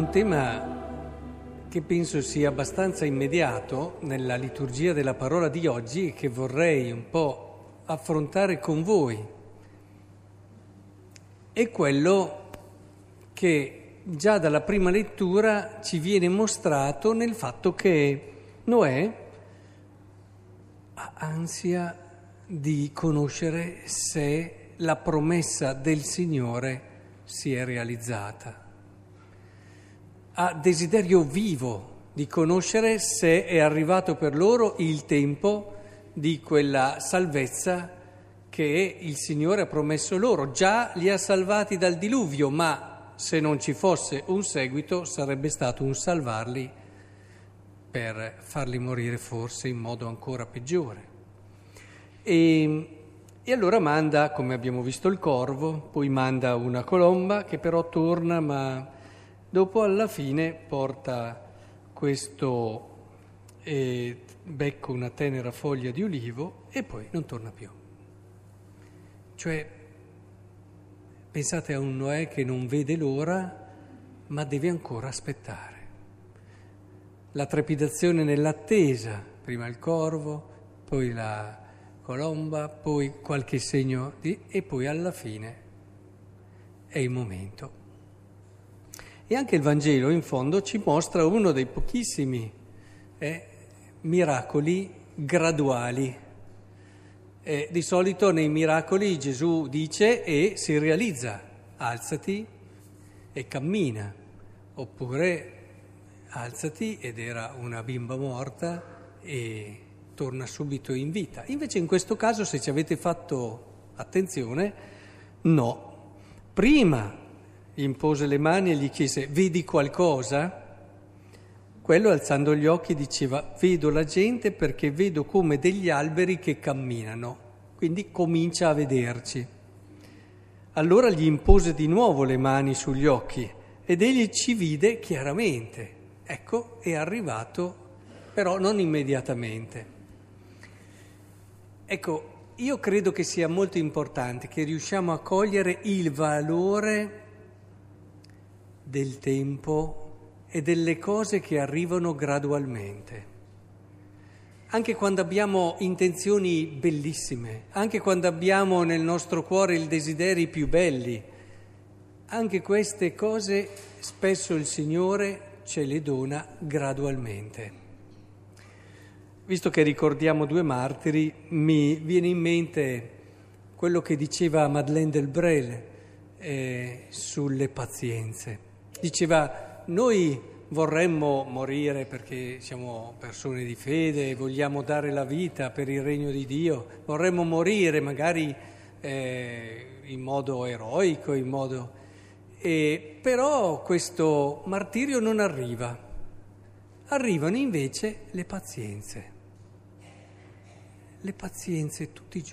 un tema che penso sia abbastanza immediato nella liturgia della parola di oggi e che vorrei un po' affrontare con voi. È quello che già dalla prima lettura ci viene mostrato nel fatto che Noè ha ansia di conoscere se la promessa del Signore si è realizzata. Ha desiderio vivo di conoscere se è arrivato per loro il tempo di quella salvezza che il Signore ha promesso loro. Già li ha salvati dal diluvio, ma se non ci fosse un seguito sarebbe stato un salvarli per farli morire forse in modo ancora peggiore. E allora manda, come abbiamo visto, il corvo, poi manda una colomba che però torna, ma dopo alla fine porta questo becco, una tenera foglia di olivo e poi non torna più. Cioè, pensate a un Noè che non vede l'ora, ma deve ancora aspettare. La trepidazione nell'attesa, prima il corvo, poi la colomba, poi qualche segno e poi alla fine è il momento. E anche il Vangelo in fondo ci mostra uno dei pochissimi miracoli graduali. Di solito nei miracoli Gesù dice e si realizza, alzati e cammina, oppure alzati ed era una bimba morta e torna subito in vita. Invece in questo caso, se ci avete fatto attenzione, no. Prima gli impose le mani e gli chiese: vedi qualcosa? Quello, alzando gli occhi, diceva: vedo la gente perché vedo come degli alberi che camminano, quindi comincia a vederci. Allora gli impose di nuovo le mani sugli occhi ed egli ci vide chiaramente. Ecco, è arrivato, però non immediatamente. Ecco, io credo che sia molto importante che riusciamo a cogliere il valore del tempo e delle cose che arrivano gradualmente. Anche quando abbiamo intenzioni bellissime, anche quando abbiamo nel nostro cuore i desideri più belli, anche queste cose spesso il Signore ce le dona gradualmente. Visto che ricordiamo due martiri, mi viene in mente quello che diceva Madeleine Delbrel sulle pazienze. Diceva: noi vorremmo morire perché siamo persone di fede, vogliamo dare la vita per il regno di Dio, vorremmo morire magari in modo eroico, però questo martirio non arriva. Arrivano invece le pazienze tutti i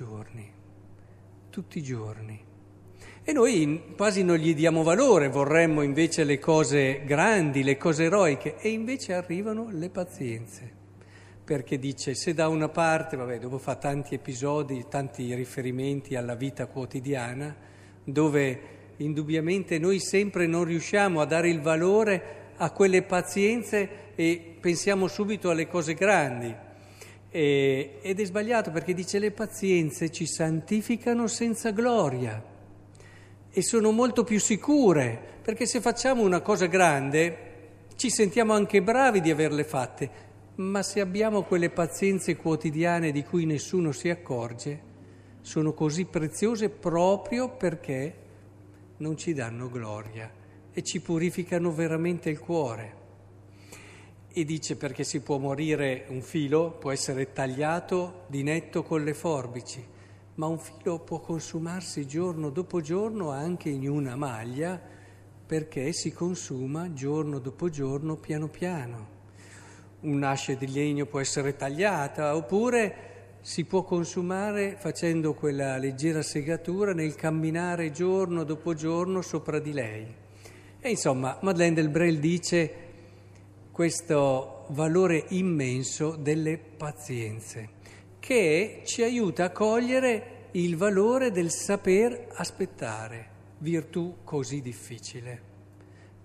giorni. E noi quasi non gli diamo valore, vorremmo invece le cose grandi, le cose eroiche, e invece arrivano le pazienze. Perché dice, se da una parte, dopo fa tanti episodi, tanti riferimenti alla vita quotidiana, dove indubbiamente noi sempre non riusciamo a dare il valore a quelle pazienze e pensiamo subito alle cose grandi. Ed è sbagliato, perché dice le pazienze ci santificano senza gloria e sono molto più sicure, perché se facciamo una cosa grande ci sentiamo anche bravi di averle fatte, ma se abbiamo quelle pazienze quotidiane di cui nessuno si accorge, sono così preziose proprio perché non ci danno gloria e ci purificano veramente il cuore. E dice, perché si può morire, un filo può essere tagliato di netto con le forbici, ma un filo può consumarsi giorno dopo giorno anche in una maglia, perché si consuma giorno dopo giorno piano piano. Un'ascia di legno può essere tagliata, oppure si può consumare facendo quella leggera segatura nel camminare giorno dopo giorno sopra di lei. E insomma, Madeleine Delbrel dice questo valore immenso delle pazienze, che ci aiuta a cogliere il valore del saper aspettare, virtù così difficile.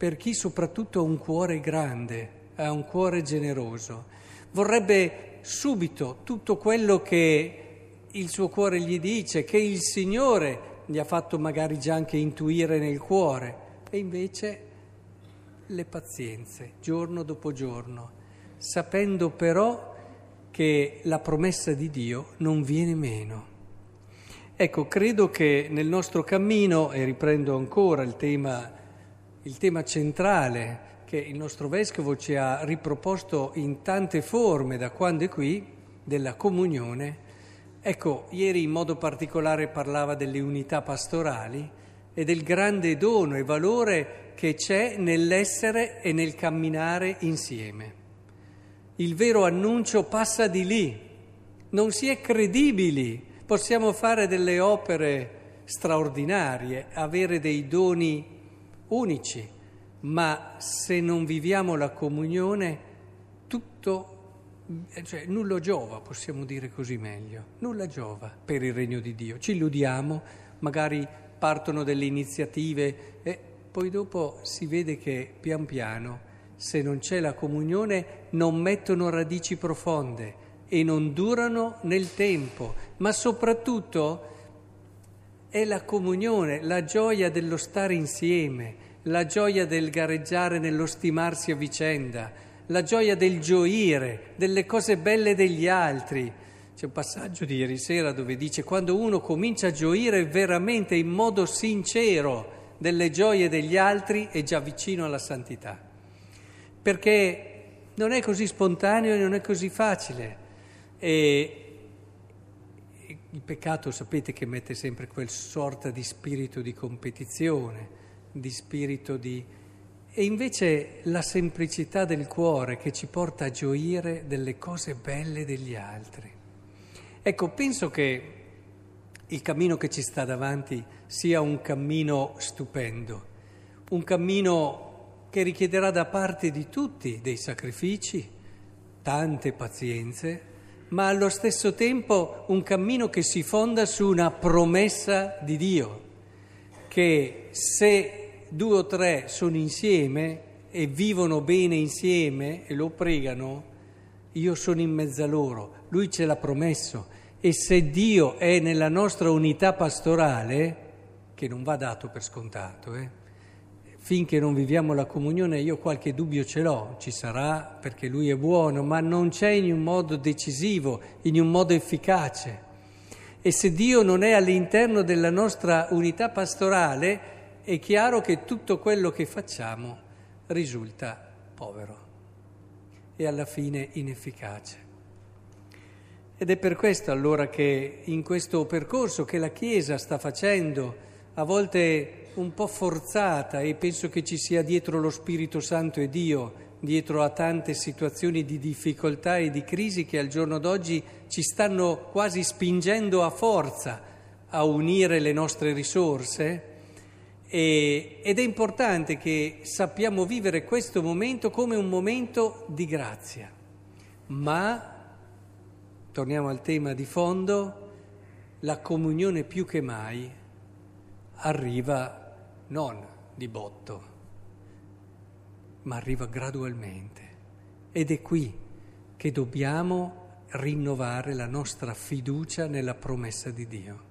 per chi soprattutto ha un cuore grande, ha un cuore generoso. Vorrebbe subito tutto quello che il suo cuore gli dice, che il Signore gli ha fatto magari già anche intuire nel cuore, e invece le pazienze, giorno dopo giorno, sapendo però che la promessa di Dio non viene meno. Ecco, credo che nel nostro cammino, e riprendo ancora il tema centrale che il nostro Vescovo ci ha riproposto in tante forme da quando è qui, della comunione. Ecco, ieri in modo particolare parlava delle unità pastorali e del grande dono e valore che c'è nell'essere e nel camminare insieme. Il vero annuncio passa di lì, non si è credibili, possiamo fare delle opere straordinarie, avere dei doni unici, ma se non viviamo la comunione tutto, cioè nulla giova, possiamo dire così meglio, nulla giova per il regno di Dio. Ci illudiamo, magari partono delle iniziative e poi dopo si vede che pian piano, se non c'è la comunione, non mettono radici profonde e non durano nel tempo, ma soprattutto è la comunione, la gioia dello stare insieme, la gioia del gareggiare nello stimarsi a vicenda, la gioia del gioire, delle cose belle degli altri. C'è un passaggio di ieri sera dove dice: quando uno comincia a gioire veramente in modo sincero delle gioie degli altri è già vicino alla santità, perché non è così spontaneo e non è così facile. E il peccato, sapete, che mette sempre quel sorta di spirito di competizione, di spirito di... E invece la semplicità del cuore che ci porta a gioire delle cose belle degli altri. Ecco, penso che il cammino che ci sta davanti sia un cammino stupendo, un cammino che richiederà da parte di tutti dei sacrifici, tante pazienze, ma allo stesso tempo un cammino che si fonda su una promessa di Dio, che se 2 o 3 sono insieme e vivono bene insieme e lo pregano, io sono in mezzo a loro, Lui ce l'ha promesso. E se Dio è nella nostra unità pastorale, che non va dato per scontato, finché non viviamo la comunione io qualche dubbio ce l'ho, ci sarà perché Lui è buono, ma non c'è in un modo decisivo, in un modo efficace. E se Dio non è all'interno della nostra unità pastorale, è chiaro che tutto quello che facciamo risulta povero e alla fine inefficace. Ed è per questo allora che in questo percorso che la Chiesa sta facendo, a volte un po' forzata, e penso che ci sia dietro lo Spirito Santo e Dio, dietro a tante situazioni di difficoltà e di crisi che al giorno d'oggi ci stanno quasi spingendo a forza a unire le nostre risorse, ed è importante che sappiamo vivere questo momento come un momento di grazia. Ma, torniamo al tema di fondo, la comunione più che mai arriva non di botto, ma arriva gradualmente. Ed è qui che dobbiamo rinnovare la nostra fiducia nella promessa di Dio.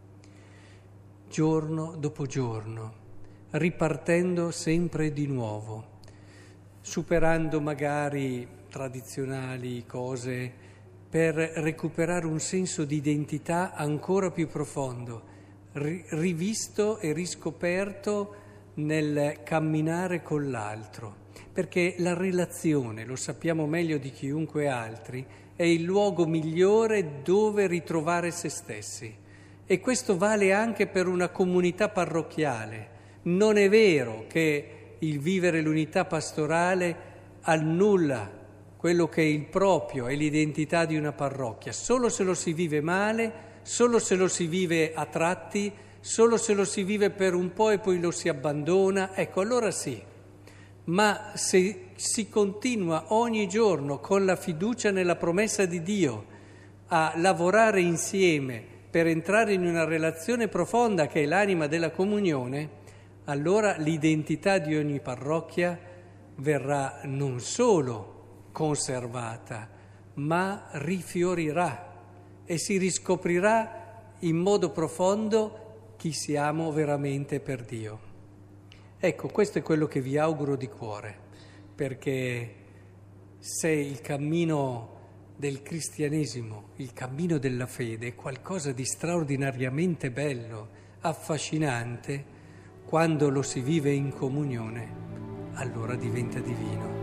Giorno dopo giorno, ripartendo sempre di nuovo, superando magari tradizionali cose per recuperare un senso di identità ancora più profondo, rivisto e riscoperto nel camminare con l'altro, perché la relazione, lo sappiamo meglio di chiunque altri, è il luogo migliore dove ritrovare se stessi. E questo vale anche per una comunità parrocchiale. Non è vero che il vivere l'unità pastorale annulla quello che è il proprio e l'identità di una parrocchia, solo se lo si vive male, solo se lo si vive a tratti, solo se lo si vive per un po' e poi lo si abbandona, ecco, allora sì. Ma se si continua ogni giorno con la fiducia nella promessa di Dio a lavorare insieme per entrare in una relazione profonda che è l'anima della comunione, allora l'identità di ogni parrocchia verrà non solo conservata, ma rifiorirà e si riscoprirà in modo profondo chi siamo veramente per Dio. Ecco, questo è quello che vi auguro di cuore, perché se il cammino del cristianesimo, il cammino della fede, è qualcosa di straordinariamente bello, affascinante, quando lo si vive in comunione, allora diventa divino.